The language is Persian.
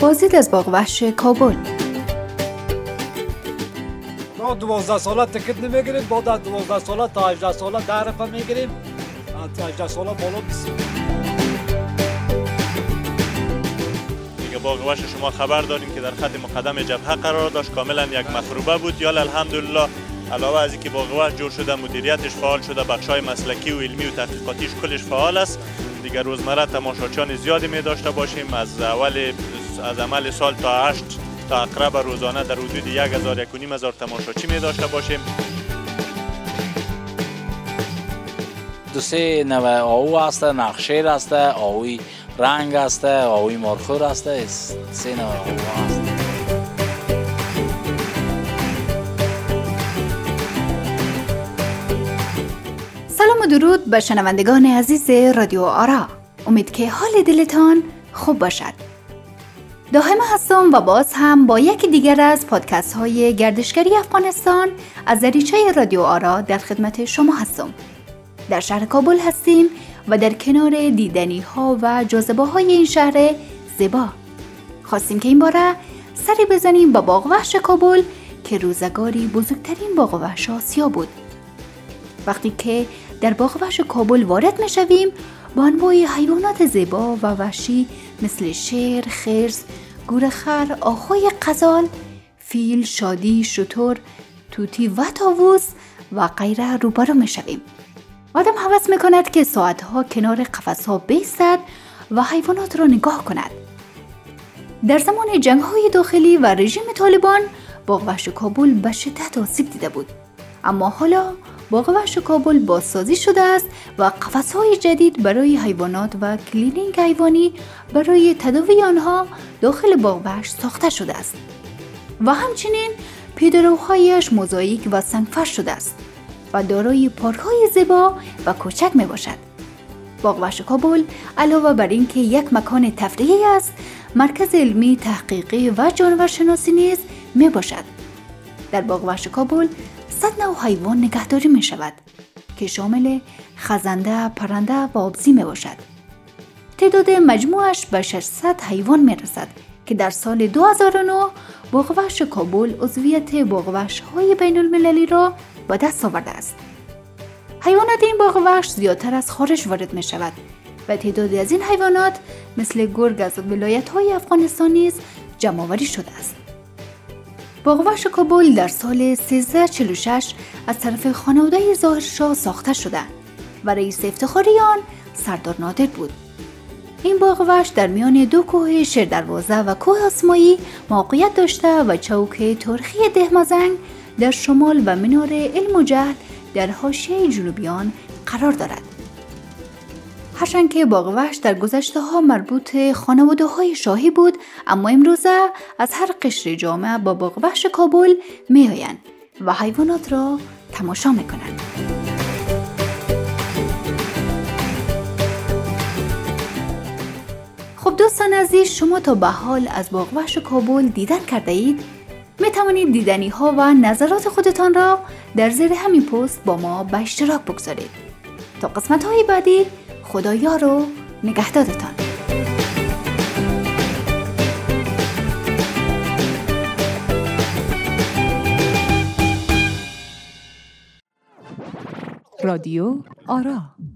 بازدید از باغ وحش کابل. ما 12 ساله تکت نمیگیریم، بعد از 12 ساله تا 18 ساله 10 رقم میگیریم، تا 18 ساله بالا بسیم. دیگه باغ وحش شما خبر داریم که در خط مقدم جبهه قرار داشت، کاملا یک مخروبه بود. یا الحمدلله علاوه از اینکه باغ وحش جور شده، مدیریتش فعال شده، بخشای مسلکی و علمی و تحقیقاتیش کلش فعال است. دیگه روزمره تماشاچیان زیادی می داشته باشیم. از عمل سال تا 8 تا اقرب روزانه در حدود 1000-1500 تماشاچی می داشته باشیم. دو سه نوع آهو هسته، نقشیر هسته، آهوی رنگ هسته، آهوی مارخور هسته، سه نوع آهو هسته. سلام و درود به شنوندگان عزیز رادیو آرا. امید که حال دلتان خوب باشد. دائما هستم و باز هم با یکی دیگر از پادکست های گردشگری افغانستان از دریچه رادیو آرا در خدمت شما هستم. در شهر کابل هستیم و در کنار دیدنی ها و جاذبه های این شهر زیبا خواستیم که این باره سری بزنیم به باغ وحش کابل که روزگاری بزرگترین باغ وحش آسیا بود. وقتی که در باغ وحش کابل وارد میشویم، با انواع حیوانات زیبا و وحشی مثل شیر، خرس، گورخر، آهوی غزال، فیل، شادی، شتر، طوطی و طاووس و غیره روبرو میشویم. آدم هوس میکند که ساعتها کنار قفس‌ها بایستد و حیوانات را نگاه کند. در زمان جنگ‌های داخلی و رژیم طالبان، باغ وحش کابل به شدت آسیب دیده بود. اما حالا باغ وحش کابل بازسازی شده است و قفس‌های جدید برای حیوانات و کلینینگ حیوانی برای تداوی آنها داخل باغ وحش ساخته شده است و همچنین پیاده‌روهایش موزاییک و سنگفرش شده است و دارای پارک‌های زیبا و کوچک میباشد. باغ وحش کابل علاوه بر اینکه یک مکان تفریحی است، مرکز علمی، تحقیقی و جانورشناسی نیز میباشد. در باغ وحش کابل 100 نوع حیوان نگهداری می شود که شامل خزنده، پرنده و آبزی می باشد. تعداد مجموعش به 600 حیوان می رسد که در سال 2009 باغ وحش کابل عضویت باغ وحش های بین المللی را به دست آورده است. حیوانات این باغ وحش زیادتر از خارج وارد می شود و تعدادی از این حیوانات مثل گرگ از ولایت های افغانستان نیز جمع آوری شده است. باغ وحش کابل در سال 1346 از طرف خانواده ظاهرشاه ساخته شده و رئیس افتخاری آن سردار نادر بود. این باغ وحش در میان دو کوه شیردروازه و کوه آسمایی موقعیت داشته و چوک تاریخی دهمازنگ در شمال و منار علم و جهل در حاشیه جنوبی آن قرار دارد. هرچند که باغ وحش در گذشته ها مربوط خانواده های شاهی بود، اما امروزه از هر قشر جامعه با باغ وحش کابل می آیند و حیوانات را تماشا می کنند. خب دوستان عزیز، شما تا به حال از باغ وحش کابل دیدن کرده اید؟ می توانید دیدنی ها و نظرات خودتان را در زیر همین پست با ما به اشتراک بگذارید. تا قسمت های بعدی، خدایا رو نگهدارتان. رادیو آرا.